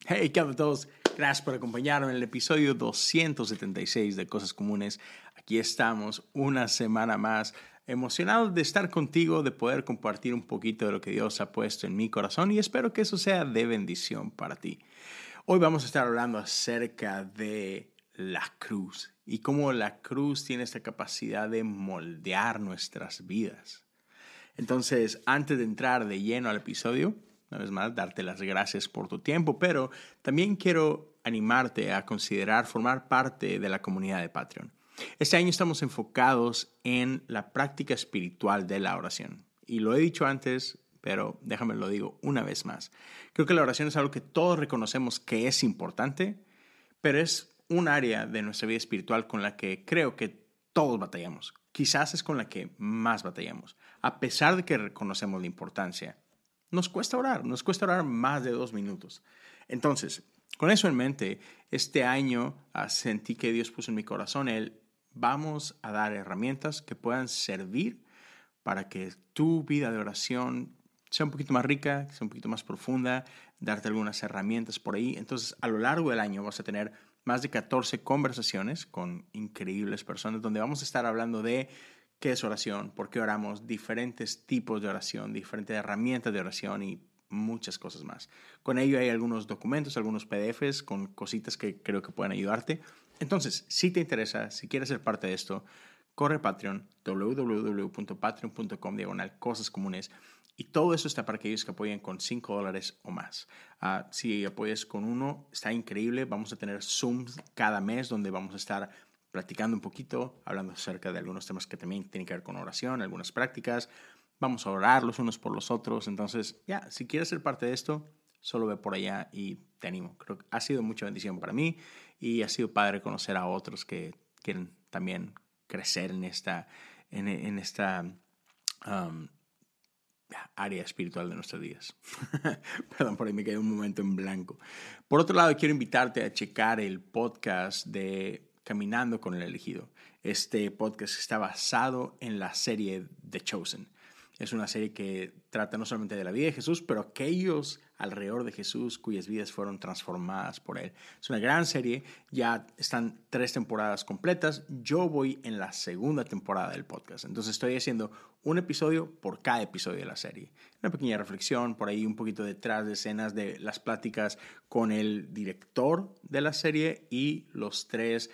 Hey, ¿qué onda a todos? Gracias por acompañarme en el episodio 276 de Cosas Comunes. Aquí estamos una semana más, emocionados de estar contigo, de poder compartir un poquito de lo que Dios ha puesto en mi corazón y espero que eso sea de bendición para ti. Hoy vamos a estar hablando acerca de la cruz y cómo la cruz tiene esta capacidad de moldear nuestras vidas. Entonces, antes de entrar de lleno al episodio, una vez más, darte las gracias por tu tiempo, pero también quiero animarte a considerar formar parte de la comunidad de Patreon. Este año estamos enfocados en la práctica espiritual de la oración. Y lo he dicho antes, pero déjame lo digo una vez más. Creo que la oración es algo que todos reconocemos que es importante, pero es un área de nuestra vida espiritual con la que creo que todos batallamos. Quizás es con la que más batallamos. A pesar de que reconocemos la importancia, nos cuesta orar más de 2 minutos. Entonces, con eso en mente, este año sentí que Dios puso en mi corazón vamos a dar herramientas que puedan servir para que tu vida de oración sea un poquito más rica, sea un poquito más profunda, darte algunas herramientas por ahí. Entonces, a lo largo del año vas a tener más de 14 conversaciones con increíbles personas donde vamos a estar hablando de qué es oración, por qué oramos, diferentes tipos de oración, diferentes herramientas de oración y muchas cosas más. Con ello hay algunos documentos, algunos PDFs con cositas que creo que pueden ayudarte. Entonces, si te interesa, si quieres ser parte de esto, corre a Patreon, www.patreon.com/cosas comunes. Y todo eso está para aquellos que apoyen con $5 o más. Si apoyas con $1, está increíble. Vamos a tener Zooms cada mes donde vamos a estar platicando un poquito, hablando acerca de algunos temas que también tienen que ver con oración, algunas prácticas. Vamos a orar los unos por los otros. Entonces, si quieres ser parte de esto, solo ve por allá y te animo. Creo que ha sido mucha bendición para mí y ha sido padre conocer a otros que quieren también crecer en esta área espiritual de nuestros días. Perdón, por ahí me quedé un momento en blanco. Por otro lado, quiero invitarte a checar el podcast de Caminando con el Elegido. Este podcast está basado en la serie The Chosen. Es una serie que trata no solamente de la vida de Jesús, pero aquellos alrededor de Jesús cuyas vidas fueron transformadas por él. Es una gran serie, ya están 3 temporadas completas. Yo voy en la segunda temporada del podcast, entonces estoy haciendo un episodio por cada episodio de la serie. Una pequeña reflexión, por ahí un poquito detrás de escenas de las pláticas con el director de la serie y los tres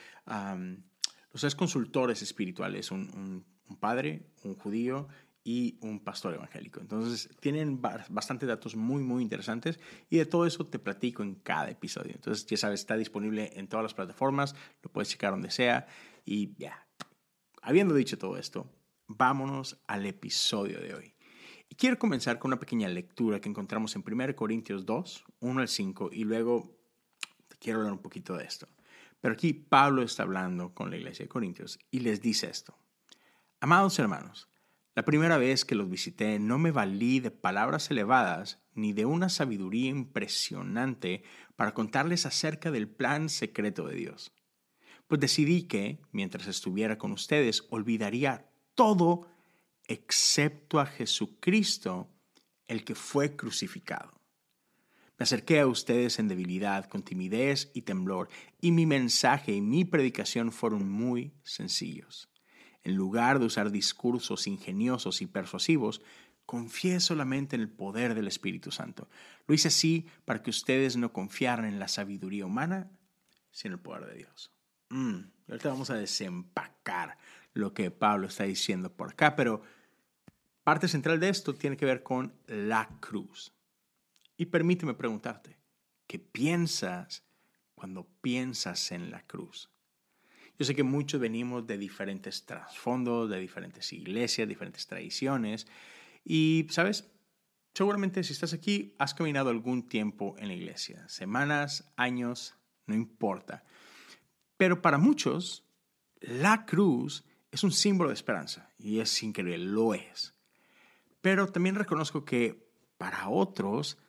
consultores espirituales, un padre, un judío y un pastor evangélico. Entonces tienen bastantes datos muy, muy interesantes y de todo eso te platico en cada episodio. Entonces, ya sabes, está disponible en todas las plataformas, lo puedes checar donde sea y habiendo dicho todo esto, vámonos al episodio de hoy. Y quiero comenzar con una pequeña lectura que encontramos en 1 Corintios 2, 1 al 5 y luego te quiero hablar un poquito de esto. Pero aquí Pablo está hablando con la iglesia de Corintios y les dice esto. Amados hermanos, la primera vez que los visité no me valí de palabras elevadas ni de una sabiduría impresionante para contarles acerca del plan secreto de Dios. Pues decidí que, mientras estuviera con ustedes, olvidaría todo excepto a Jesucristo, el que fue crucificado. Me acerqué a ustedes en debilidad, con timidez y temblor, y mi mensaje y mi predicación fueron muy sencillos. En lugar de usar discursos ingeniosos y persuasivos, confié solamente en el poder del Espíritu Santo. Lo hice así para que ustedes no confiaran en la sabiduría humana, sino en el poder de Dios. Ahorita vamos a desempacar lo que Pablo está diciendo por acá, pero parte central de esto tiene que ver con la cruz. Y permíteme preguntarte, ¿qué piensas cuando piensas en la cruz? Yo sé que muchos venimos de diferentes trasfondos, de diferentes iglesias, diferentes tradiciones. Y, ¿sabes? Seguramente si estás aquí, has caminado algún tiempo en la iglesia. Semanas, años, no importa. Pero para muchos, la cruz es un símbolo de esperanza. Y es increíble, lo es. Pero también reconozco que para otros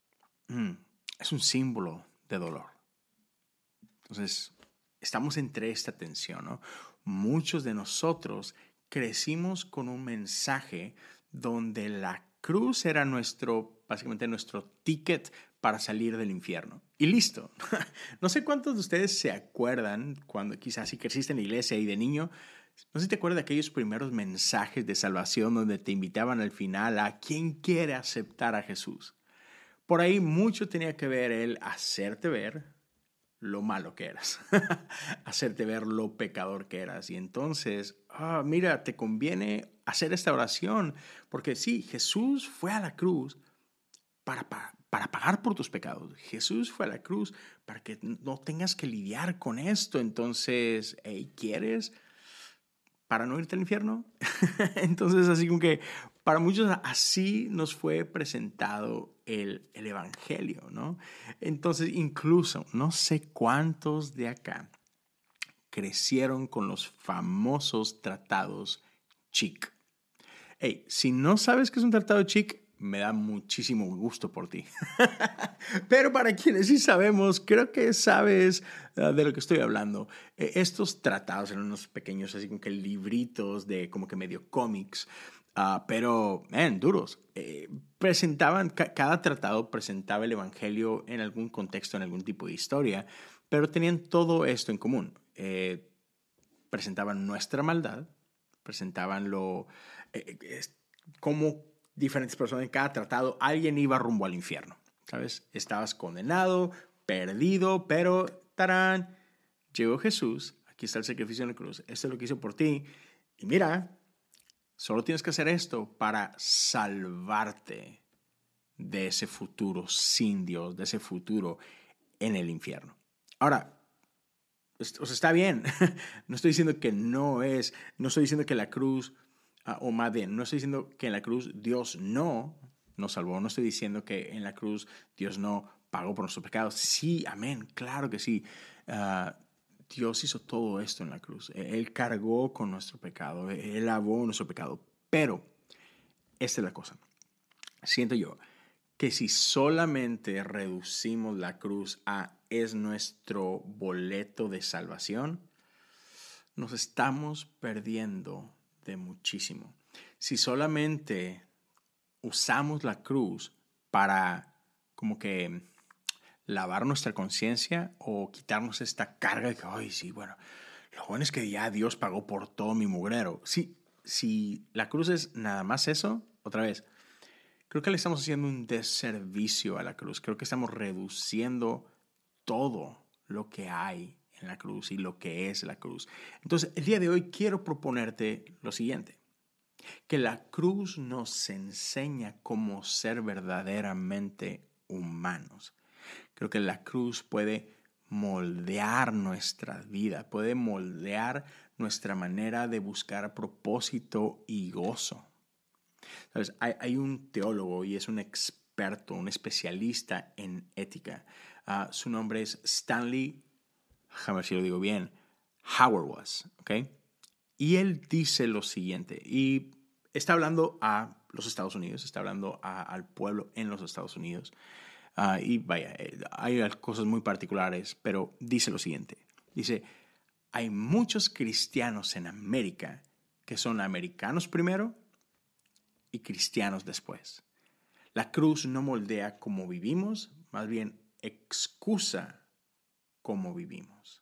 es un símbolo de dolor. Entonces, estamos entre esta tensión, ¿no? Muchos de nosotros crecimos con un mensaje donde la cruz era nuestro básicamente nuestro ticket para salir del infierno. Y listo. No sé cuántos de ustedes se acuerdan cuando quizás si creciste en la iglesia y de niño, no sé si te acuerdas de aquellos primeros mensajes de salvación donde te invitaban al final a ¿quién quiere aceptar a Jesús? Por ahí mucho tenía que ver el hacerte ver lo malo que eras, hacerte ver lo pecador que eras. Y entonces, mira, te conviene hacer esta oración, porque sí, Jesús fue a la cruz para pagar por tus pecados. Jesús fue a la cruz para que no tengas que lidiar con esto. Entonces, hey, ¿quieres para no irte al infierno? Entonces, así como que para muchos así nos fue presentado el Evangelio, ¿no? Entonces, incluso, no sé cuántos de acá crecieron con los famosos tratados chic. Hey, si no sabes qué es un tratado chic, me da muchísimo gusto por ti. Pero para quienes sí sabemos, creo que sabes de lo que estoy hablando. Estos tratados eran unos pequeños, así como que libritos de como que medio cómics, pero, duros. Presentaban, cada tratado presentaba el evangelio en algún contexto, en algún tipo de historia, pero tenían todo esto en común. Presentaban nuestra maldad, presentaban cómo diferentes personas en cada tratado, alguien iba rumbo al infierno, ¿sabes? Estabas condenado, perdido, pero ¡tarán! Llegó Jesús, aquí está el sacrificio en la cruz, esto es lo que hizo por ti, y mira, solo tienes que hacer esto para salvarte de ese futuro sin Dios, de ese futuro en el infierno. Ahora, o sea, está bien, no estoy diciendo que no estoy diciendo que la cruz, o más bien, no estoy diciendo que en la cruz Dios no nos salvó, no estoy diciendo que en la cruz Dios no pagó por nuestros pecados. Sí, amén, claro que sí. Dios hizo todo esto en la cruz. Él cargó con nuestro pecado, Él lavó nuestro pecado. Pero, esta es la cosa, siento yo que si solamente reducimos la cruz a es nuestro boleto de salvación, nos estamos perdiendo de muchísimo. Si solamente usamos la cruz para como que lavar nuestra conciencia o quitarnos esta carga de que, ay, sí, bueno, lo bueno es que ya Dios pagó por todo mi mugrero. Sí, si la cruz es nada más eso, otra vez, creo que le estamos haciendo un desservicio a la cruz. Creo que estamos reduciendo todo lo que hay en la cruz y lo que es la cruz. Entonces, el día de hoy quiero proponerte lo siguiente, que la cruz nos enseña cómo ser verdaderamente humanos. Creo que la cruz puede moldear nuestra vida, puede moldear nuestra manera de buscar propósito y gozo. ¿Sabes? Hay un teólogo y es un experto, un especialista en ética. Su nombre es Stanley, déjame ver si lo digo bien, Hauerwas, ¿ok? Y él dice lo siguiente, y está hablando a los Estados Unidos, está hablando al pueblo en los Estados Unidos. Y vaya, hay cosas muy particulares, pero dice lo siguiente. Dice, hay muchos cristianos en América que son americanos primero y cristianos después. La cruz no moldea cómo vivimos, más bien excusa cómo vivimos.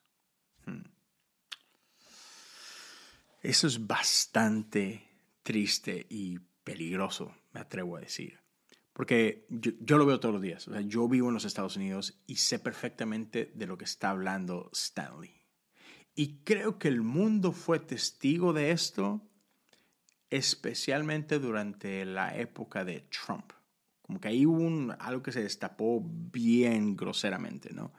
Eso es bastante triste y peligroso, me atrevo a decir. Porque yo lo veo todos los días. O sea, yo vivo en los Estados Unidos y sé perfectamente de lo que está hablando Stanley. Y creo que el mundo fue testigo de esto, especialmente durante la época de Trump. Como que ahí hubo algo que se destapó bien groseramente, ¿no?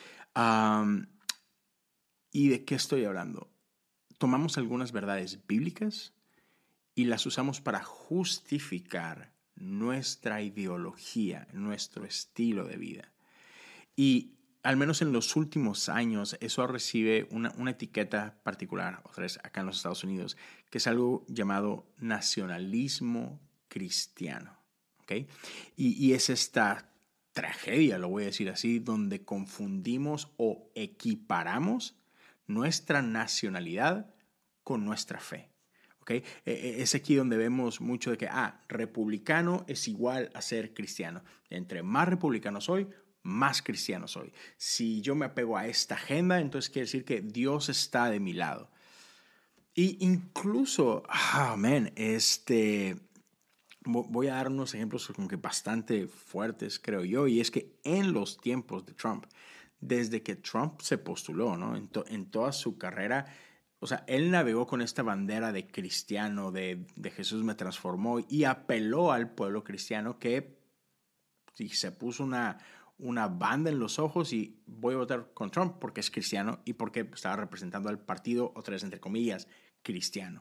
¿Y de qué estoy hablando? Tomamos algunas verdades bíblicas y las usamos para justificar nuestra ideología, nuestro estilo de vida. Y al menos en los últimos años eso recibe una etiqueta particular, otra vez acá en los Estados Unidos, que es algo llamado nacionalismo cristiano. ¿Okay? Y es esta tragedia, lo voy a decir así, donde confundimos o equiparamos nuestra nacionalidad con nuestra fe. ¿ok? Es aquí donde vemos mucho de que, republicano es igual a ser cristiano. Entre más republicano soy, más cristiano soy. Si yo me apego a esta agenda, entonces quiere decir que Dios está de mi lado. Y incluso, voy a dar unos ejemplos como que bastante fuertes, creo yo, y es que en los tiempos de Trump, desde que Trump se postuló, ¿no? En toda su carrera, o sea, él navegó con esta bandera de cristiano, de Jesús me transformó, y apeló al pueblo cristiano que se puso una banda en los ojos y voy a votar con Trump porque es cristiano y porque estaba representando al partido, otra vez entre comillas, cristiano.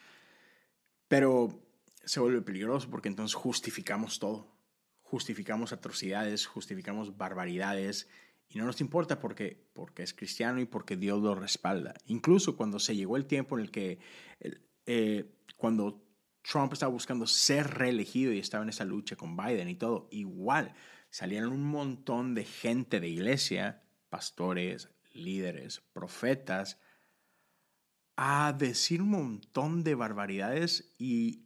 Pero se vuelve peligroso porque entonces justificamos todo. Justificamos atrocidades, justificamos barbaridades y no nos importa porque es cristiano y porque Dios lo respalda. Incluso cuando se llegó el tiempo en el que cuando Trump estaba buscando ser reelegido y estaba en esa lucha con Biden y todo, igual salieron un montón de gente de iglesia, pastores, líderes, profetas, a decir un montón de barbaridades y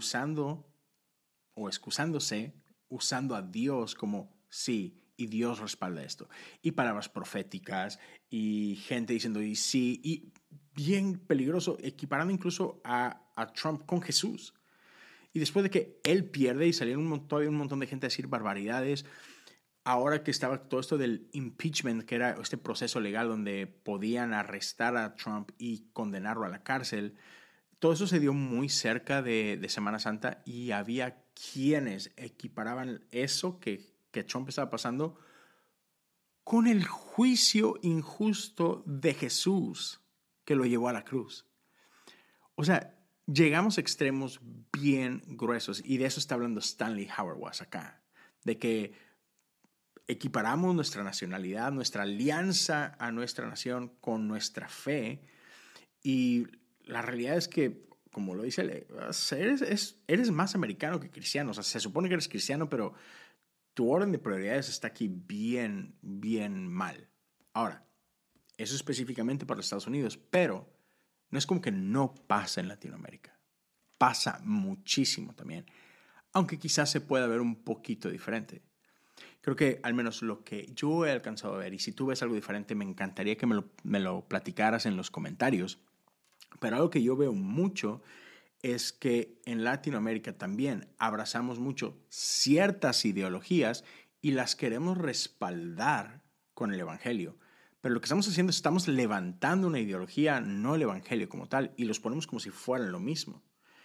excusándose, usando a Dios como sí, y Dios respalda esto. Y palabras proféticas, y gente diciendo y sí, y bien peligroso, equiparando incluso a Trump con Jesús. Y después de que él pierde y salieron todavía un montón de gente a decir barbaridades, ahora que estaba todo esto del impeachment, que era este proceso legal donde podían arrestar a Trump y condenarlo a la cárcel, todo eso se dio muy cerca de Semana Santa y había quienes equiparaban eso que Trump estaba pasando con el juicio injusto de Jesús que lo llevó a la cruz. O sea, llegamos a extremos bien gruesos y de eso está hablando Stanley Hauerwas acá, de que equiparamos nuestra nacionalidad, nuestra alianza a nuestra nación con nuestra fe y la realidad es que, como lo dice él, eres más americano que cristiano. O sea, se supone que eres cristiano, pero tu orden de prioridades está aquí bien, bien mal. Ahora, eso específicamente para los Estados Unidos, pero no es como que no pasa en Latinoamérica. Pasa muchísimo también, aunque quizás se pueda ver un poquito diferente. Creo que al menos lo que yo he alcanzado a ver, y si tú ves algo diferente, me encantaría que me lo platicaras en los comentarios. Pero algo que yo veo mucho es que en Latinoamérica también abrazamos mucho ciertas ideologías y las queremos respaldar con el Evangelio. Pero lo que estamos haciendo es estamos levantando una ideología, no el Evangelio como tal, y los ponemos como si fueran lo mismo.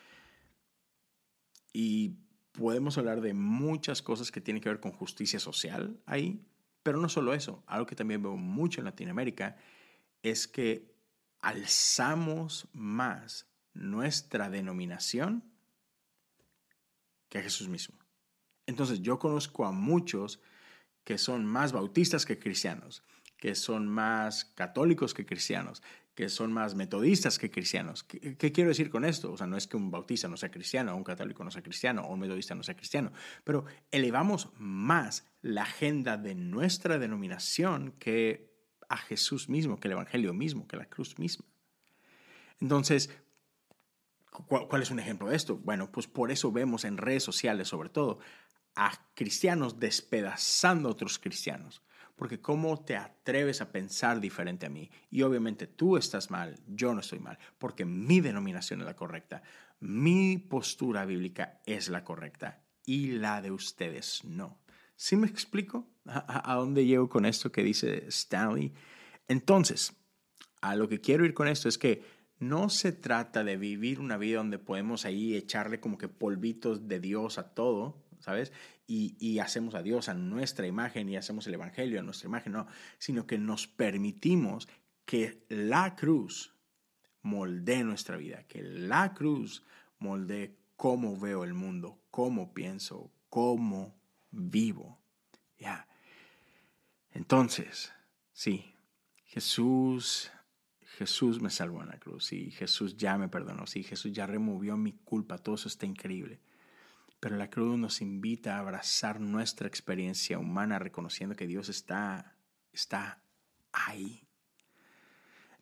Y podemos hablar de muchas cosas que tienen que ver con justicia social ahí, pero no solo eso. Algo que también veo mucho en Latinoamérica es que alzamos más nuestra denominación que a Jesús mismo. Entonces yo conozco a muchos que son más bautistas que cristianos, que son más católicos que cristianos, que son más metodistas que cristianos. ¿Qué quiero decir con esto? O sea, no es que un bautista no sea cristiano, o un católico no sea cristiano, o un metodista no sea cristiano, pero elevamos más la agenda de nuestra denominación que a Jesús mismo, que el Evangelio mismo, que la cruz misma. Entonces, ¿cuál es un ejemplo de esto? Bueno, pues por eso vemos en redes sociales, sobre todo, a cristianos despedazando a otros cristianos. Porque ¿cómo te atreves a pensar diferente a mí? Y obviamente tú estás mal, yo no estoy mal, porque mi denominación es la correcta, mi postura bíblica es la correcta y la de ustedes no. ¿Sí me explico a dónde llego con esto que dice Stanley? Entonces, a lo que quiero ir con esto es que no se trata de vivir una vida donde podemos ahí echarle como que polvitos de Dios a todo, ¿sabes? Y hacemos a Dios a nuestra imagen y hacemos el Evangelio a nuestra imagen, no, sino que nos permitimos que la cruz moldee nuestra vida, que la cruz moldee cómo veo el mundo, cómo pienso, cómo vivo. Ya. Entonces, sí, Jesús me salvó en la cruz, sí, Jesús ya me perdonó, sí, Jesús ya removió mi culpa, todo eso está increíble. Pero la cruz nos invita a abrazar nuestra experiencia humana reconociendo que Dios está ahí.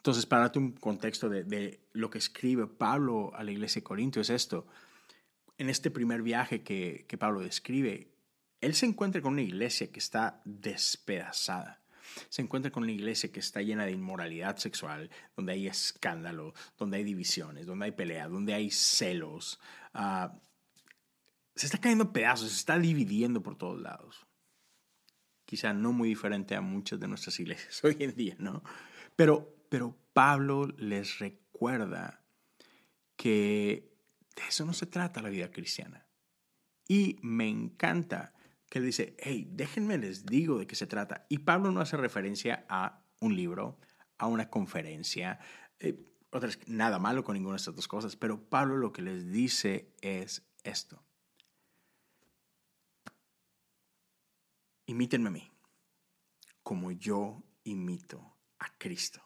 Entonces, para darte un contexto de lo que escribe Pablo a la iglesia de Corinto es esto. En este primer viaje que Pablo describe, él se encuentra con una iglesia que está despedazada. Se encuentra con una iglesia que está llena de inmoralidad sexual, donde hay escándalo, donde hay divisiones, donde hay pelea, donde hay celos. Se está cayendo a pedazos, se está dividiendo por todos lados. Quizá no muy diferente a muchas de nuestras iglesias hoy en día, ¿no? Pero Pablo les recuerda que de eso no se trata la vida cristiana. Y me encanta que él dice, hey, déjenme les digo de qué se trata. Y Pablo no hace referencia a un libro, a una conferencia, nada malo con ninguna de estas dos cosas, pero Pablo lo que les dice es esto. Imítenme a mí, como yo imito a Cristo.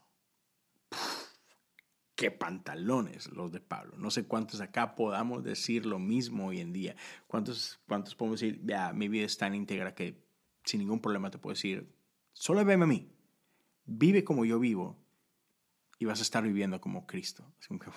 Qué pantalones los de Pablo. No sé cuántos acá podamos decir lo mismo hoy en día. ¿Cuántos podemos decir, ya, mi vida es tan íntegra que sin ningún problema te puedo decir, solo veme a mí, vive como yo vivo y vas a estar viviendo como Cristo? Es como que,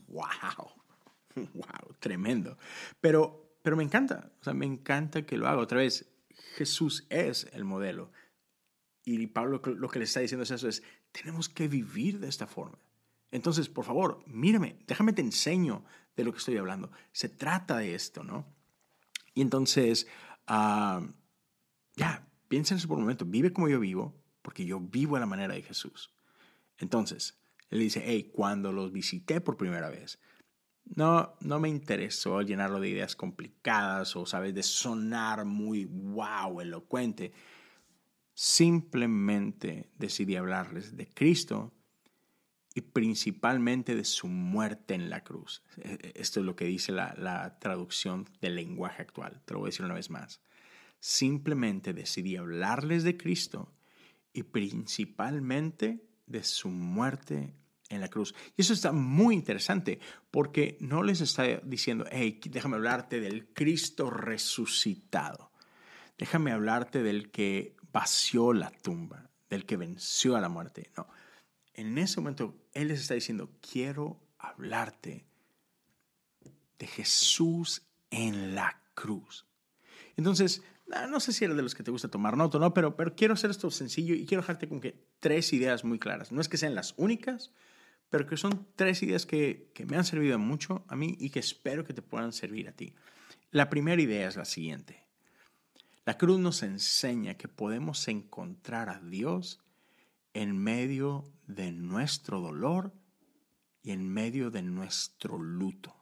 wow, tremendo. Pero me encanta, o sea, me encanta que lo haga. Otra vez, Jesús es el modelo. Y Pablo lo que le está diciendo es eso, es, tenemos que vivir de esta forma. Entonces, por favor, mírame, déjame te enseño de lo que estoy hablando. Se trata de esto, ¿no? Y entonces, piensa en eso por un momento. Vive como yo vivo, porque yo vivo a la manera de Jesús. Entonces, él dice, hey, cuando los visité por primera vez, no me interesó llenarlo de ideas complicadas o, ¿sabes?, de sonar muy wow, elocuente. Simplemente decidí hablarles de Cristo y principalmente de su muerte en la cruz. Esto es lo que dice la traducción del lenguaje actual. Te lo voy a decir una vez más. Simplemente decidí hablarles de Cristo y principalmente de su muerte en la cruz. Y eso está muy interesante porque no les está diciendo, hey, déjame hablarte del Cristo resucitado. Déjame hablarte del que vació la tumba, del que venció a la muerte. No. En ese momento, Él les está diciendo, quiero hablarte de Jesús en la cruz. Entonces, no sé si eres de los que te gusta tomar nota, ¿no? Pero quiero hacer esto sencillo y quiero dejarte con que 3 ideas muy claras. No es que sean las únicas, pero que son 3 ideas que me han servido mucho a mí y que espero que te puedan servir a ti. La primera idea es la siguiente. La cruz nos enseña que podemos encontrar a Dios en medio de nuestro dolor y en medio de nuestro luto.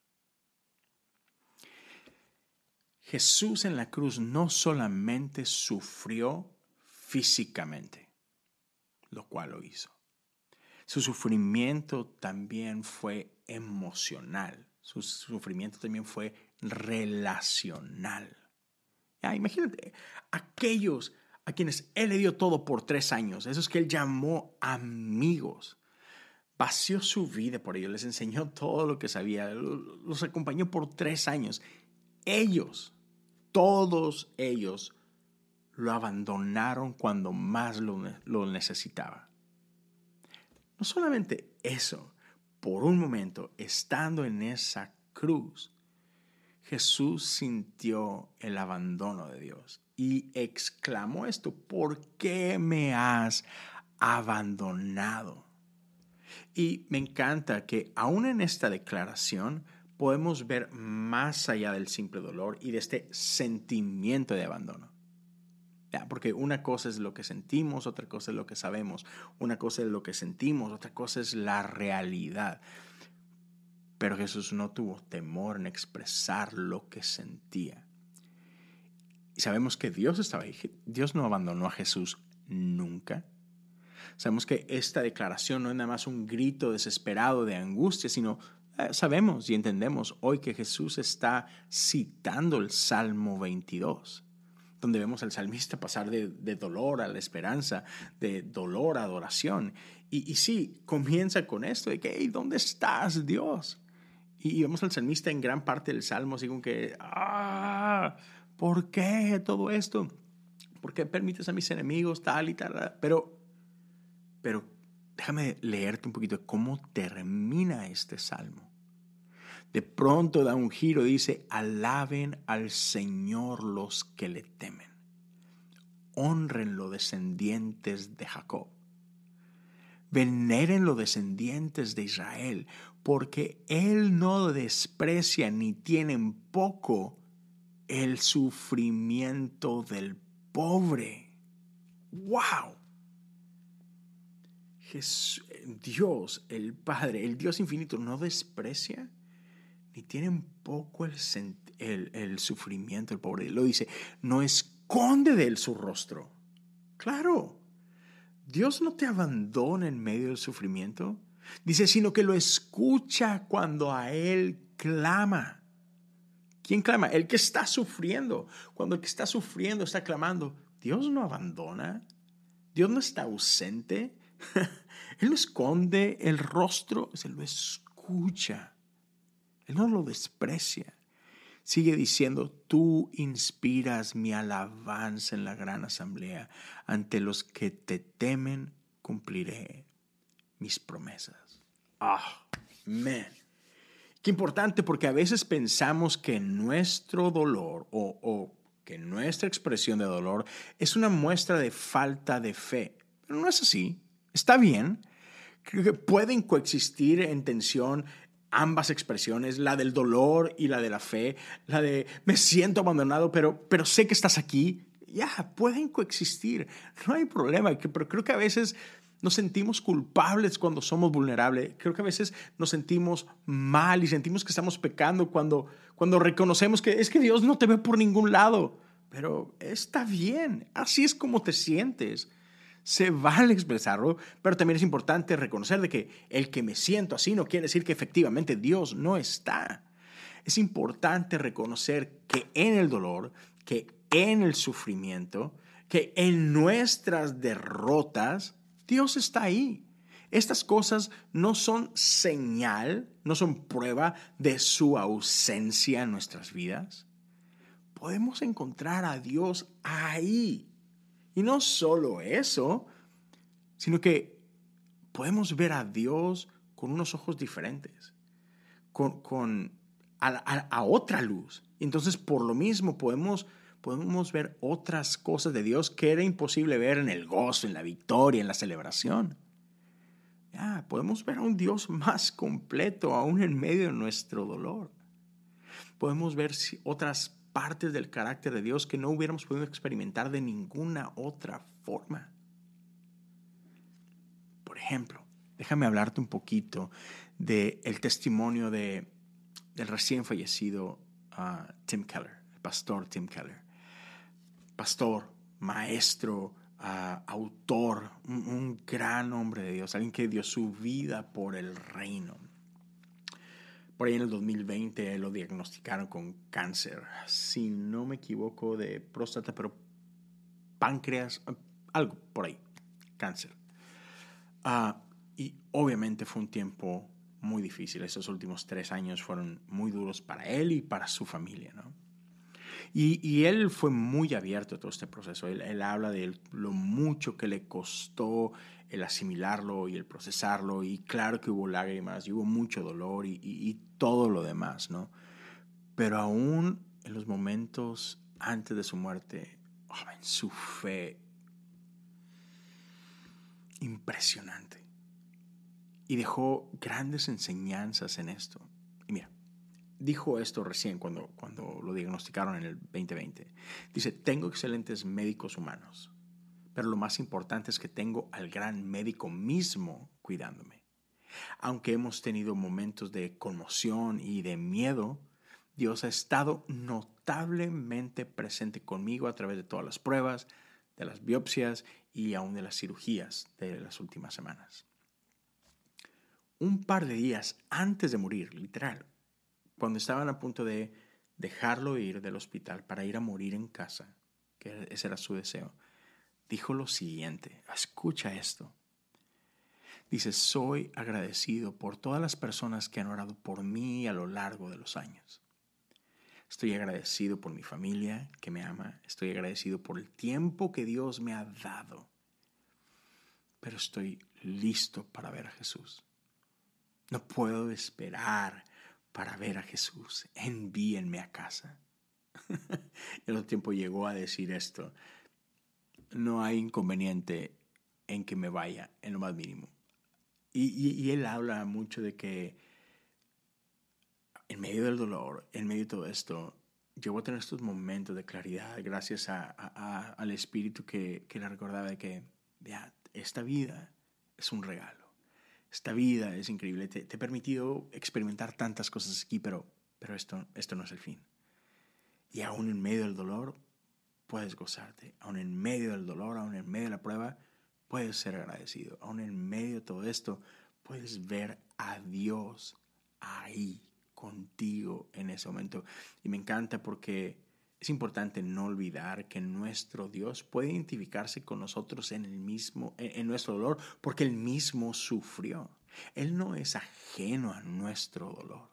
Jesús en la cruz no solamente sufrió físicamente, lo cual lo hizo. Su sufrimiento también fue emocional. Su sufrimiento también fue relacional. Imagínate, aquellos a quienes Él le dio todo por 3 años, esos que Él llamó amigos, vació su vida por ellos, les enseñó todo lo que sabía, los acompañó por 3 años. Ellos, todos ellos, lo abandonaron cuando más lo necesitaba. No solamente eso, por un momento, estando en esa cruz, Jesús sintió el abandono de Dios y exclamó esto, ¿por qué me has abandonado? Y me encanta que aún en esta declaración podemos ver más allá del simple dolor y de este sentimiento de abandono. Porque una cosa es lo que sentimos, otra cosa es lo que sabemos, una cosa es lo que sentimos, otra cosa es la realidad. Pero Jesús no tuvo temor en expresar lo que sentía. Y sabemos que Dios estaba ahí. Dios no abandonó a Jesús nunca. Sabemos que esta declaración no es nada más un grito desesperado de angustia, sino sabemos y entendemos hoy que Jesús está citando el Salmo 22, donde vemos al salmista pasar de dolor a la esperanza, de dolor a adoración. Y sí, comienza con esto de que, hey, ¿dónde estás, Dios? Y vemos al salmista en gran parte del Salmo, así como que, ¿por qué todo esto? ¿Por qué permites a mis enemigos tal y tal? Pero Déjame leerte un poquito de cómo termina este salmo. De pronto da un giro, dice, alaben al Señor los que le temen. Honrenlo, descendientes de Jacob. Venérenlo, descendientes de Israel, porque Él no desprecia ni tiene en poco el sufrimiento del pobre. ¡Wow! Dios, el Padre, el Dios infinito, no desprecia ni tiene en poco el sufrimiento del pobre. Lo dice, no esconde de Él su rostro. Claro. Dios no te abandona en medio del sufrimiento. Dice, sino que lo escucha cuando a Él clama. ¿Quién clama? El que está sufriendo. Cuando el que está sufriendo está clamando, Dios no abandona. Dios no está ausente. Él no esconde el rostro, se lo escucha. Él no lo desprecia. Sigue diciendo, tú inspiras mi alabanza en la gran asamblea. Ante los que te temen, cumpliré mis promesas. Amén. Qué importante, porque a veces pensamos que nuestro dolor o que nuestra expresión de dolor es una muestra de falta de fe. Pero no es así. Está bien. Creo que pueden coexistir en tensión ambas expresiones, la del dolor y la de la fe, la de me siento abandonado, pero sé que estás aquí. Ya, pueden coexistir, no hay problema, pero creo que a veces nos sentimos culpables cuando somos vulnerables, creo que a veces nos sentimos mal y sentimos que estamos pecando cuando reconocemos que es que Dios no te ve por ningún lado, pero está bien, así es como te sientes. Se vale expresarlo, pero también es importante reconocer de que el que me siento así no quiere decir que efectivamente Dios no está. Es importante reconocer que en el dolor, que en el sufrimiento, que en nuestras derrotas, Dios está ahí. Estas cosas no son señal, no son prueba de su ausencia en nuestras vidas. Podemos encontrar a Dios ahí. Y no solo eso, sino que podemos ver a Dios con unos ojos diferentes, a otra luz. Entonces, por lo mismo, podemos ver otras cosas de Dios que era imposible ver en el gozo, en la victoria, en la celebración. Podemos ver a un Dios más completo, aún en medio de nuestro dolor. Podemos ver otras partes del carácter de Dios que no hubiéramos podido experimentar de ninguna otra forma. Por ejemplo, déjame hablarte un poquito del testimonio del recién fallecido Tim Keller, el pastor Tim Keller. Pastor, maestro, autor, un gran hombre de Dios, alguien que dio su vida por el reino. Por ahí en el 2020 lo diagnosticaron con cáncer, si no me equivoco, de próstata, pero páncreas, algo por ahí, cáncer. Y obviamente fue un tiempo muy difícil. Esos últimos 3 años fueron muy duros para él y para su familia, ¿no? Y él fue muy abierto a todo este proceso. Él habla de lo mucho que le costó el asimilarlo y el procesarlo. Y claro que hubo lágrimas y hubo mucho dolor y todo lo demás, ¿no? Pero aún en los momentos antes de su muerte, su fe impresionante. Y dejó grandes enseñanzas en esto. Y mira, dijo esto recién cuando lo diagnosticaron en el 2020. Dice, tengo excelentes médicos humanos, pero lo más importante es que tengo al gran médico mismo cuidándome. Aunque hemos tenido momentos de conmoción y de miedo, Dios ha estado notablemente presente conmigo a través de todas las pruebas, de las biopsias y aún de las cirugías de las últimas semanas. Un par de días antes de morir, literal, cuando estaban a punto de dejarlo ir del hospital para ir a morir en casa, que ese era su deseo, dijo lo siguiente, escucha esto. Dice, soy agradecido por todas las personas que han orado por mí a lo largo de los años. Estoy agradecido por mi familia que me ama. Estoy agradecido por el tiempo que Dios me ha dado. pero estoy listo para ver a Jesús. No puedo esperar para ver a Jesús. Envíenme a casa. En otro tiempo llegó a decir esto: no hay inconveniente en que me vaya, en lo más mínimo. Y él habla mucho de que en medio del dolor, en medio de todo esto, llegó a tener estos momentos de claridad gracias al Espíritu que le recordaba de que, vea, esta vida es un regalo. Esta vida es increíble. Te he permitido experimentar tantas cosas aquí, pero esto no es el fin. Y aún en medio del dolor, puedes gozarte. Aún en medio del dolor, aún en medio de la prueba, puedes ser agradecido. Aún en medio de todo esto, puedes ver a Dios ahí contigo en ese momento. Y me encanta porque es importante no olvidar que nuestro Dios puede identificarse con nosotros en nuestro dolor, porque Él mismo sufrió. Él no es ajeno a nuestro dolor.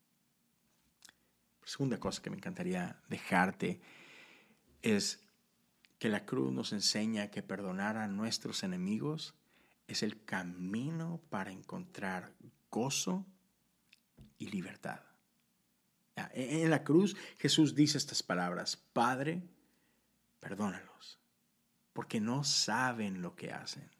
Segunda cosa que me encantaría dejarte es que la cruz nos enseña que perdonar a nuestros enemigos es el camino para encontrar gozo y libertad. En la cruz Jesús dice estas palabras: Padre, perdónalos, porque no saben lo que hacen.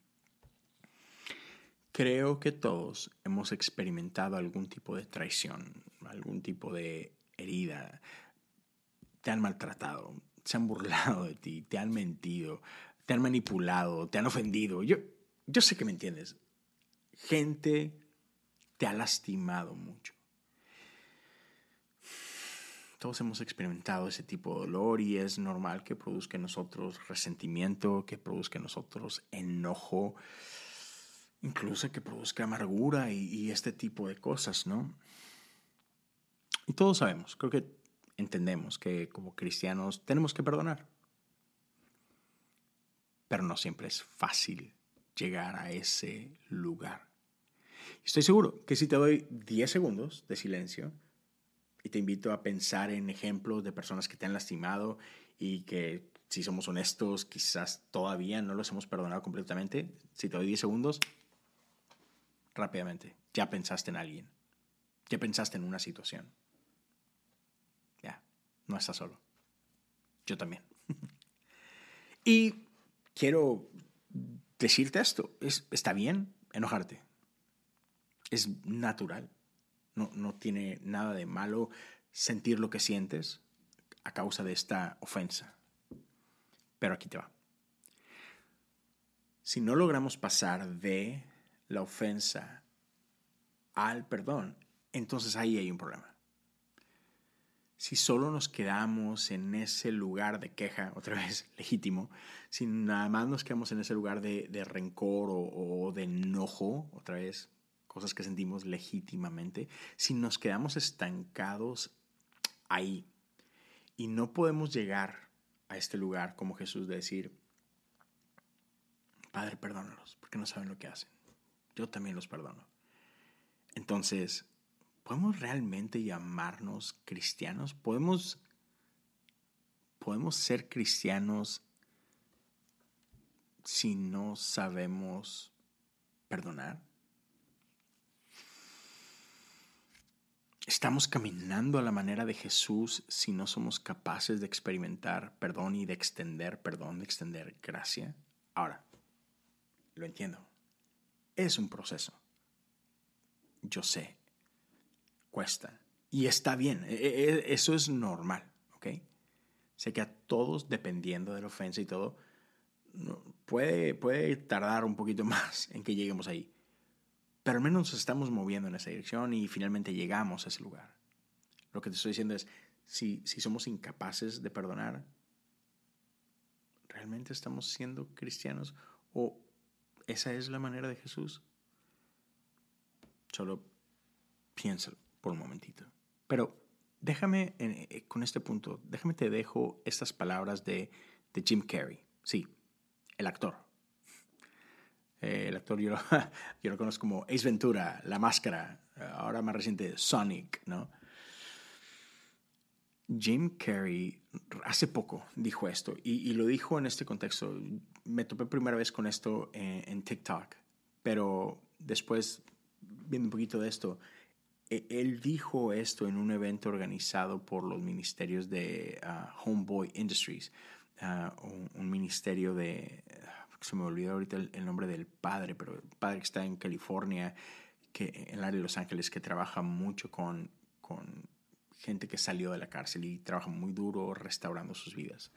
Creo que todos hemos experimentado algún tipo de traición, algún tipo de herida. Te han maltratado, se han burlado de ti, te han mentido, te han manipulado, te han ofendido. Yo sé que me entiendes. Gente te ha lastimado mucho. Todos hemos experimentado ese tipo de dolor y es normal que produzca en nosotros resentimiento, que produzca en nosotros enojo, incluso que produzca amargura y este tipo de cosas, ¿no? Y todos sabemos, creo que entendemos que como cristianos tenemos que perdonar. Pero no siempre es fácil llegar a ese lugar. Estoy seguro que si te doy 10 segundos de silencio y te invito a pensar en ejemplos de personas que te han lastimado y que, si somos honestos, quizás todavía no los hemos perdonado completamente, si te doy 10 segundos, rápidamente, ya pensaste en alguien, ya pensaste en una situación. Ya, no estás solo. Yo también. Y quiero decirte esto: está bien enojarte. Es natural. No tiene nada de malo sentir lo que sientes a causa de esta ofensa. Pero aquí te va. Si no logramos pasar de la ofensa al perdón, entonces ahí hay un problema. Si solo nos quedamos en ese lugar de queja, otra vez legítimo, si nada más nos quedamos en ese lugar de rencor o de enojo, otra vez cosas que sentimos legítimamente, si nos quedamos estancados ahí y no podemos llegar a este lugar como Jesús de decir: Padre, perdónalos porque no saben lo que hacen, yo también los perdono. Entonces, ¿podemos realmente llamarnos cristianos? ¿Podemos ser cristianos si no sabemos perdonar? ¿Estamos caminando a la manera de Jesús si no somos capaces de experimentar perdón y de extender perdón, de extender gracia? Ahora, lo entiendo. Es un proceso. Yo sé. Cuesta. Y está bien. Eso es normal, ¿ok? Sé que a todos, dependiendo de la ofensa y todo, puede tardar un poquito más en que lleguemos ahí. Pero al menos nos estamos moviendo en esa dirección y finalmente llegamos a ese lugar. Lo que te estoy diciendo es, si somos incapaces de perdonar, ¿realmente estamos siendo cristianos? ¿O esa es la manera de Jesús? Solo piénsalo por un momentito. Pero déjame, con este punto, te dejo estas palabras de Jim Carrey. Sí, el actor. El actor yo lo conozco como Ace Ventura, La Máscara, ahora más reciente Sonic, ¿no? Jim Carrey hace poco dijo esto y lo dijo en este contexto. Me topé primera vez con esto en TikTok, pero después, viendo un poquito de esto, él dijo esto en un evento organizado por los ministerios de Homeboy Industries, un ministerio de, se me olvidó ahorita el nombre del padre, pero el padre que está en California, que en el área de Los Ángeles, que trabaja mucho con gente que salió de la cárcel y trabaja muy duro restaurando sus vidas.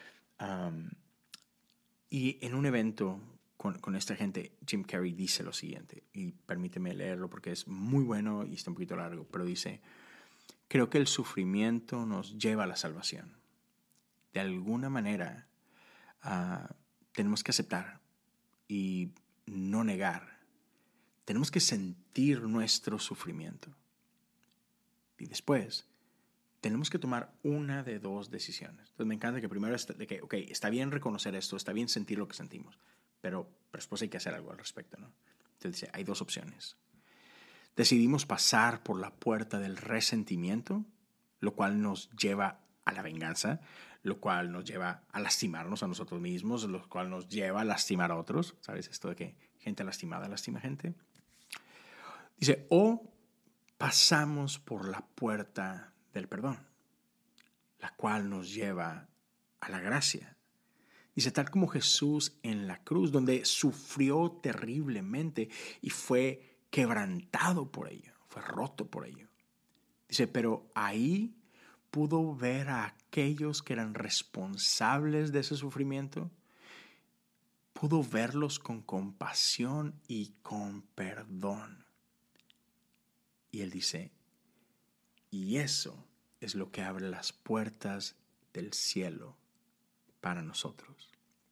Y en un evento con esta gente, Jim Carrey dice lo siguiente, y permíteme leerlo porque es muy bueno y está un poquito largo, pero dice: creo que el sufrimiento nos lleva a la salvación. De alguna manera, tenemos que aceptar y no negar. Tenemos que sentir nuestro sufrimiento. Y después, tenemos que tomar una de dos decisiones. Entonces me encanta que primero está bien reconocer esto, está bien sentir lo que sentimos, pero después hay que hacer algo al respecto, ¿no? Entonces dice, hay dos opciones. Decidimos pasar por la puerta del resentimiento, lo cual nos lleva a la venganza, lo cual nos lleva a lastimarnos a nosotros mismos, lo cual nos lleva a lastimar a otros. ¿Sabes? Esto de que gente lastimada lastima gente. Dice, o pasamos por la puerta del perdón, la cual nos lleva a la gracia. Dice, tal como Jesús en la cruz, donde sufrió terriblemente y fue quebrantado por ello, fue roto por ello. Dice, pero ahí pudo ver a aquellos que eran responsables de ese sufrimiento, pudo verlos con compasión y con perdón. Y él dice, y eso es lo que abre las puertas del cielo para nosotros.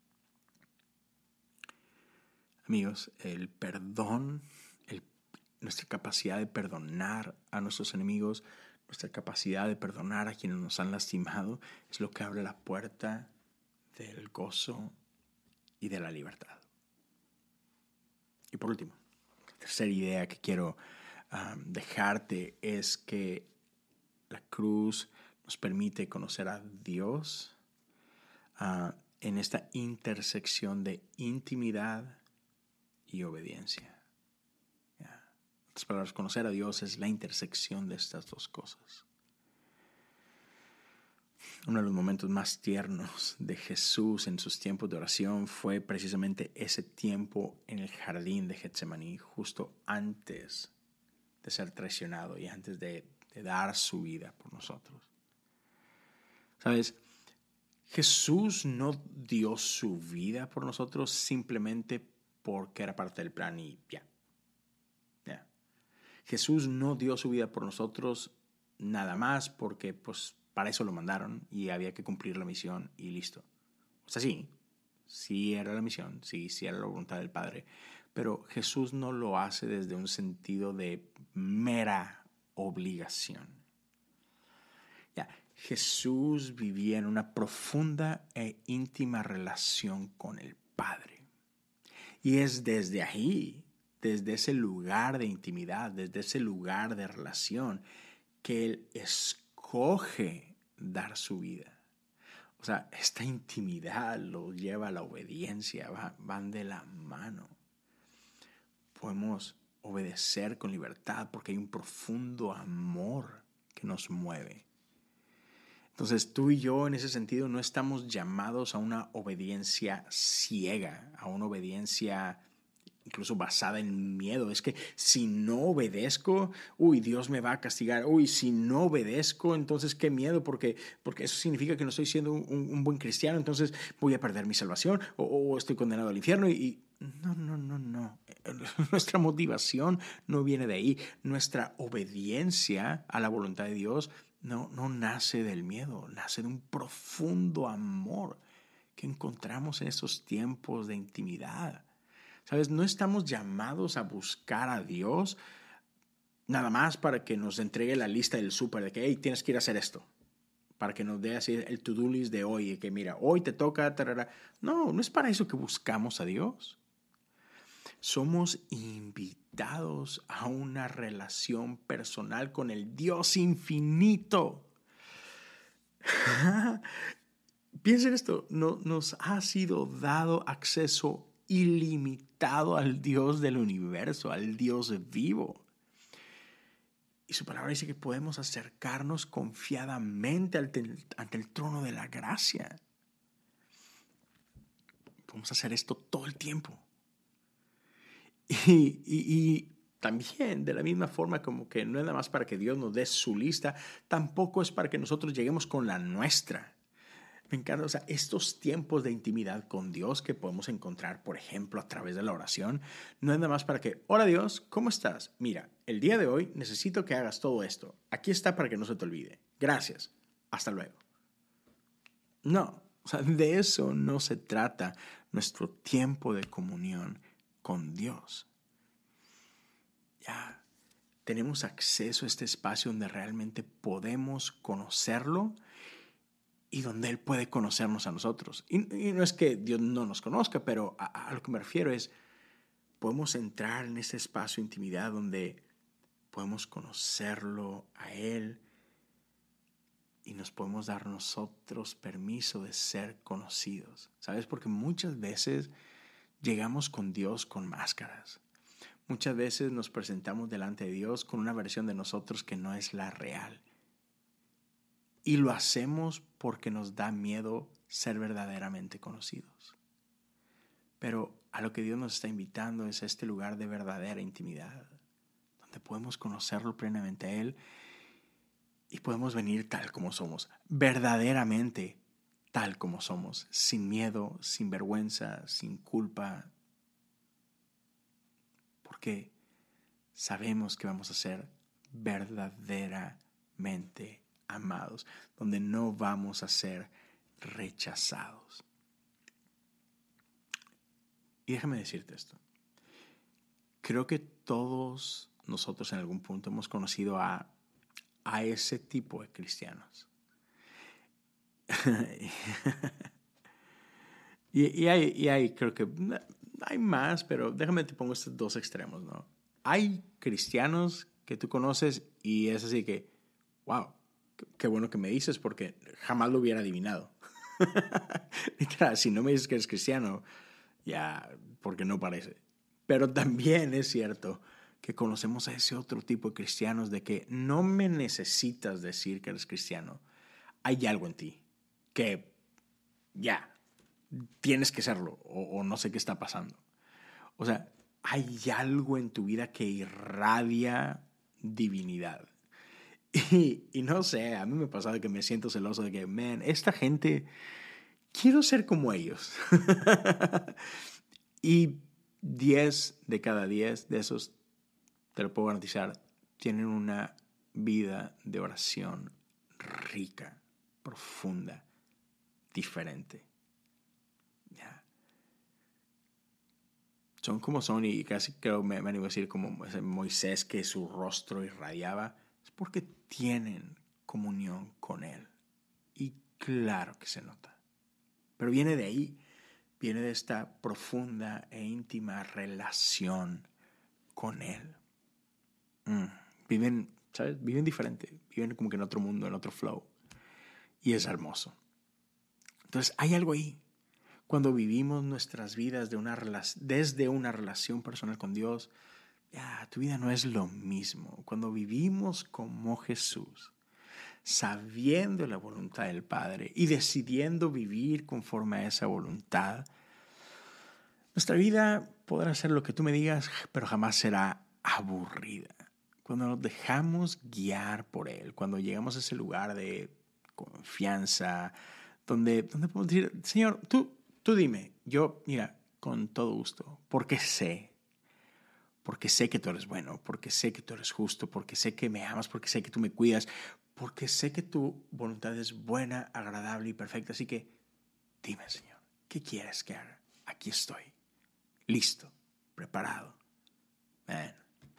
Amigos, el perdón, nuestra capacidad de perdonar a nuestros enemigos, nuestra capacidad de perdonar a quienes nos han lastimado, es lo que abre la puerta del gozo y de la libertad. Y por último, la tercera idea que quiero dejarte es que la cruz nos permite conocer a Dios en esta intersección de intimidad y obediencia. En otras palabras, conocer a Dios es la intersección de estas dos cosas. Uno de los momentos más tiernos de Jesús en sus tiempos de oración fue precisamente ese tiempo en el jardín de Getsemaní, justo antes de ser traicionado y antes de dar su vida por nosotros. ¿Sabes? Jesús no dio su vida por nosotros simplemente porque era parte del plan y ya. Jesús no dio su vida por nosotros nada más porque pues para eso lo mandaron y había que cumplir la misión y listo. O sea, sí era la misión, sí era la voluntad del Padre, pero Jesús no lo hace desde un sentido de mera obligación. Jesús vivía en una profunda e íntima relación con el Padre. Y es desde ahí, desde ese lugar de intimidad, desde ese lugar de relación, que Él escoge dar su vida. O sea, esta intimidad lo lleva a la obediencia, van de la mano. Podemos obedecer con libertad porque hay un profundo amor que nos mueve. Entonces tú y yo en ese sentido no estamos llamados a una obediencia ciega, a una obediencia incluso basada en miedo. Es que si no obedezco, Dios me va a castigar. Si no obedezco, entonces qué miedo, porque eso significa que no estoy siendo un buen cristiano, entonces voy a perder mi salvación o estoy condenado al infierno. No. Nuestra motivación no viene de ahí. Nuestra obediencia a la voluntad de Dios no nace del miedo, nace de un profundo amor que encontramos en estos tiempos de intimidad. ¿Sabes? No estamos llamados a buscar a Dios nada más para que nos entregue la lista del súper de que, hey, tienes que ir a hacer esto. Para que nos dé así el to-do list de hoy, y que mira, hoy te toca, tarara. No es para eso que buscamos a Dios. Somos invitados a una relación personal con el Dios infinito. Piensa en esto, nos ha sido dado acceso ilimitado al Dios del universo, al Dios vivo. Y su palabra dice que podemos acercarnos confiadamente ante el trono de la gracia. Podemos hacer esto todo el tiempo. Y también, de la misma forma, como que no es nada más para que Dios nos dé su lista, tampoco es para que nosotros lleguemos con la nuestra. Me encanta, o sea, estos tiempos de intimidad con Dios que podemos encontrar, por ejemplo, a través de la oración, no es nada más para que, hola Dios, ¿cómo estás? Mira, el día de hoy necesito que hagas todo esto. Aquí está para que no se te olvide. Gracias. Hasta luego. No, o sea, de eso no se trata nuestro tiempo de comunión con Dios. Ya tenemos acceso a este espacio donde realmente podemos conocerlo y donde Él puede conocernos a nosotros. Y no es que Dios no nos conozca, pero a lo que me refiero es, podemos entrar en ese espacio de intimidad donde podemos conocerlo a Él y nos podemos dar nosotros permiso de ser conocidos. ¿Sabes? Porque muchas veces llegamos con Dios con máscaras. Muchas veces nos presentamos delante de Dios con una versión de nosotros que no es la real. Y lo hacemos porque nos da miedo ser verdaderamente conocidos. Pero a lo que Dios nos está invitando es a este lugar de verdadera intimidad, donde podemos conocerlo plenamente a Él y podemos venir tal como somos, verdaderamente tal como somos, sin miedo, sin vergüenza, sin culpa, porque sabemos que vamos a ser verdaderamente amados, donde no vamos a ser rechazados. Y déjame decirte esto. Creo que todos nosotros en algún punto hemos conocido a ese tipo de cristianos. y hay, creo que hay más, pero déjame te pongo estos dos extremos, ¿no? Hay cristianos que tú conoces y es así que, wow, qué bueno que me dices porque jamás lo hubiera adivinado. Literal, si no me dices que eres cristiano, ya, porque no parece. Pero también es cierto que conocemos a ese otro tipo de cristianos de que no me necesitas decir que eres cristiano. Hay algo en ti que ya, tienes que serlo o no sé qué está pasando. O sea, hay algo en tu vida que irradia divinidad. Y no sé, a mí me ha pasado que me siento celoso de que, man, esta gente, quiero ser como ellos. Y 10 de cada 10 de esos, te lo puedo garantizar, tienen una vida de oración rica, profunda, diferente. ¿Ya? Son como son y casi creo me animo a decir como Moisés que su rostro irradiaba. Es porque tienen comunión con Él. Y claro que se nota. Pero viene de ahí. Viene de esta profunda e íntima relación con Él. Viven, ¿sabes? Viven diferente. Viven como que en otro mundo, en otro flow. Y es hermoso. Entonces, hay algo ahí. Cuando vivimos nuestras vidas desde una relación personal con Dios, ya, tu vida no es lo mismo. Cuando vivimos como Jesús, sabiendo la voluntad del Padre y decidiendo vivir conforme a esa voluntad, nuestra vida podrá ser lo que tú me digas, pero jamás será aburrida. Cuando nos dejamos guiar por Él, cuando llegamos a ese lugar de confianza, donde podemos decir, Señor, tú dime, yo, mira, con todo gusto, porque sé que tú eres bueno, porque sé que tú eres justo, porque sé que me amas, porque sé que tú me cuidas, porque sé que tu voluntad es buena, agradable y perfecta. Así que dime, Señor, ¿qué quieres que haga? Aquí estoy, listo, preparado. Man.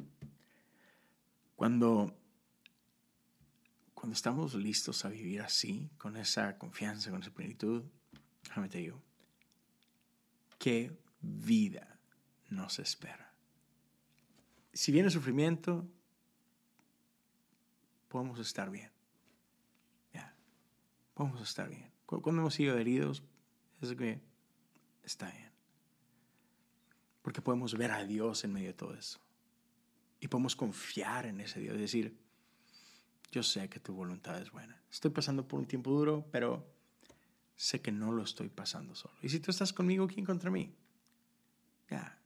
Cuando estamos listos a vivir así, con esa confianza, con esa plenitud, déjame te digo, ¿qué vida nos espera? Si viene sufrimiento, podemos estar bien. ¿Ya? Vamos a estar bien. Cuando hemos sido heridos, es que está bien. Porque podemos ver a Dios en medio de todo eso. Y podemos confiar en ese Dios y decir, yo sé que tu voluntad es buena. Estoy pasando por un tiempo duro, pero sé que no lo estoy pasando solo. Y si tú estás conmigo, ¿quién contra mí? Ya.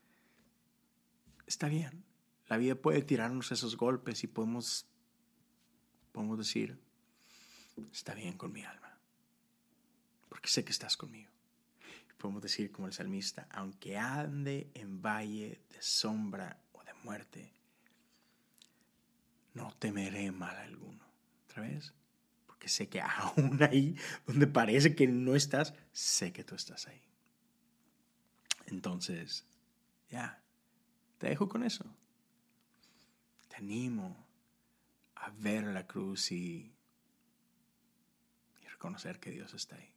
Está bien. La vida puede tirarnos esos golpes y podemos decir, está bien con mi alma. Porque sé que estás conmigo. Y podemos decir como el salmista, aunque ande en valle de sombra o de muerte, no temeré mal alguno. ¿Otra vez? Porque sé que aún ahí donde parece que no estás, sé que tú estás ahí. Entonces, ya, te dejo con eso. Te animo a ver la cruz y reconocer que Dios está ahí.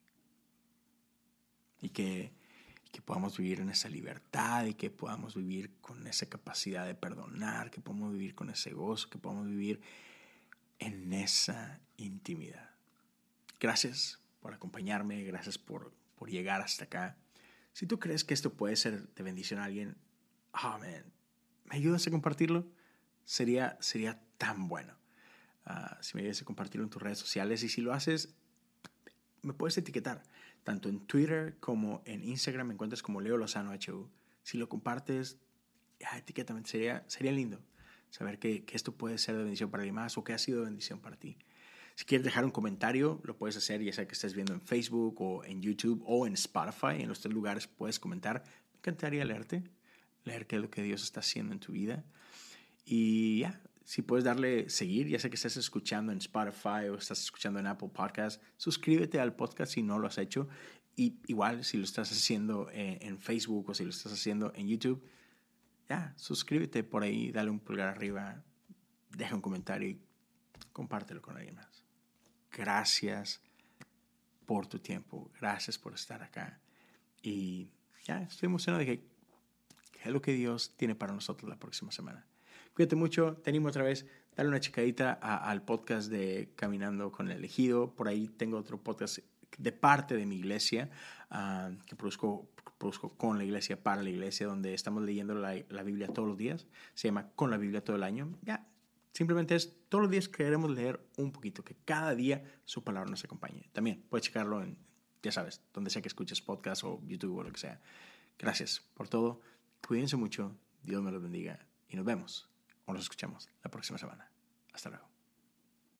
Y que podamos vivir en esa libertad y que podamos vivir con esa capacidad de perdonar, que podamos vivir con ese gozo, que podamos vivir en esa intimidad. Gracias por acompañarme, gracias por llegar hasta acá. Si tú crees que esto puede ser de bendición a alguien, man, ¿me ayudas a compartirlo? Sería tan bueno. Si me ayudas a compartirlo en tus redes sociales, y si lo haces, me puedes etiquetar. Tanto en Twitter como en Instagram me encuentras como Leo Lozano HU. Si lo compartes, etiquétame. Sería lindo saber que esto puede ser de bendición para alguien más o que ha sido de bendición para ti. Si quieres dejar un comentario, lo puedes hacer, ya sea que estés viendo en Facebook o en YouTube o en Spotify. En los 3 lugares puedes comentar. Me encantaría leer qué es lo que Dios está haciendo en tu vida. Y si puedes darle seguir, ya sea que estés escuchando en Spotify o estás escuchando en Apple Podcasts, suscríbete al podcast si no lo has hecho. Y igual si lo estás haciendo en Facebook o si lo estás haciendo en YouTube, suscríbete por ahí, dale un pulgar arriba, deja un comentario y compártelo con alguien más. Gracias por tu tiempo, gracias por estar acá. Y estoy emocionado de que es lo que Dios tiene para nosotros la próxima semana. Cuídate mucho, te animo otra vez, dale una checadita al podcast de Caminando con el Elegido. Por ahí tengo otro podcast de parte de mi iglesia que produzco con la iglesia, para la iglesia, donde estamos leyendo la Biblia todos los días. Se llama Con la Biblia todo el año. Simplemente es todos los días queremos leer un poquito, que cada día su palabra nos acompañe. También puedes checarlo en, ya sabes, donde sea que escuches podcast o YouTube o lo que sea. Gracias por todo. Cuídense mucho. Dios me los bendiga. Y nos vemos o nos escuchamos la próxima semana. Hasta luego.